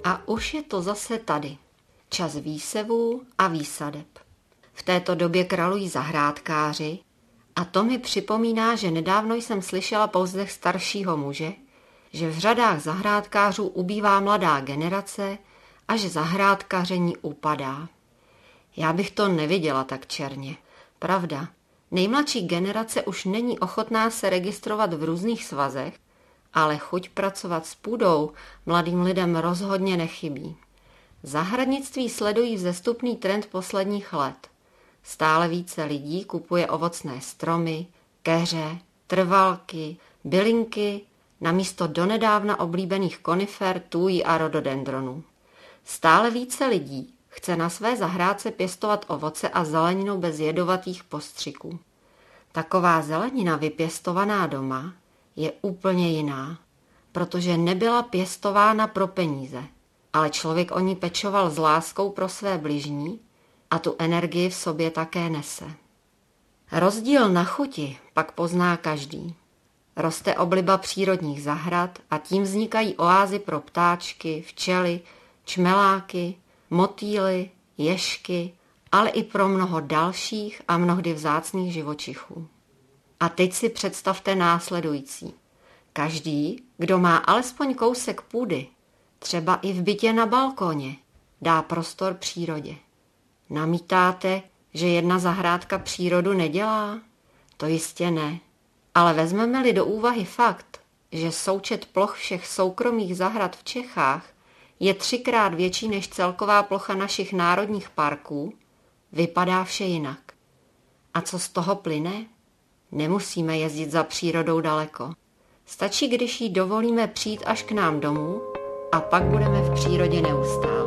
A už je to zase tady. Čas výsevů a výsadeb. V této době kralují zahrádkáři a to mi připomíná, že nedávno jsem slyšela povzdech staršího muže, že v řadách zahrádkářů ubývá mladá generace a že zahrádkaření upadá. Já bych to neviděla tak černě. Pravda, nejmladší generace už není ochotná se registrovat v různých svazech, ale chuť pracovat s půdou mladým lidem rozhodně nechybí. Zahradnictví sledují vzestupný trend posledních let. Stále více lidí kupuje ovocné stromy, keře, trvalky, bylinky namísto donedávna oblíbených konifer, tůjí a rododendronů. Stále více lidí chce na své zahrádce pěstovat ovoce a zeleninu bez jedovatých postřiků. Taková zelenina vypěstovaná doma je úplně jiná, protože nebyla pěstována pro peníze, ale člověk o ní pečoval s láskou pro své bližní a tu energii v sobě také nese. Rozdíl na chuti pak pozná každý. Roste obliba přírodních zahrad a tím vznikají oázy pro ptáčky, včely, čmeláky, motýly, ježky, ale i pro mnoho dalších a mnohdy vzácných živočichů. A teď si představte následující. Každý, kdo má alespoň kousek půdy, třeba i v bytě na balkoně, dá prostor přírodě. Namítáte, že jedna zahrádka přírodu nedělá? To jistě ne. Ale vezmeme-li do úvahy fakt, že součet ploch všech soukromých zahrad v Čechách je 3krát větší než celková plocha našich národních parků, vypadá vše jinak. A co z toho plyne? Nemusíme jezdit za přírodou daleko. Stačí, když jí dovolíme přijít až k nám domů a pak budeme v přírodě neustále.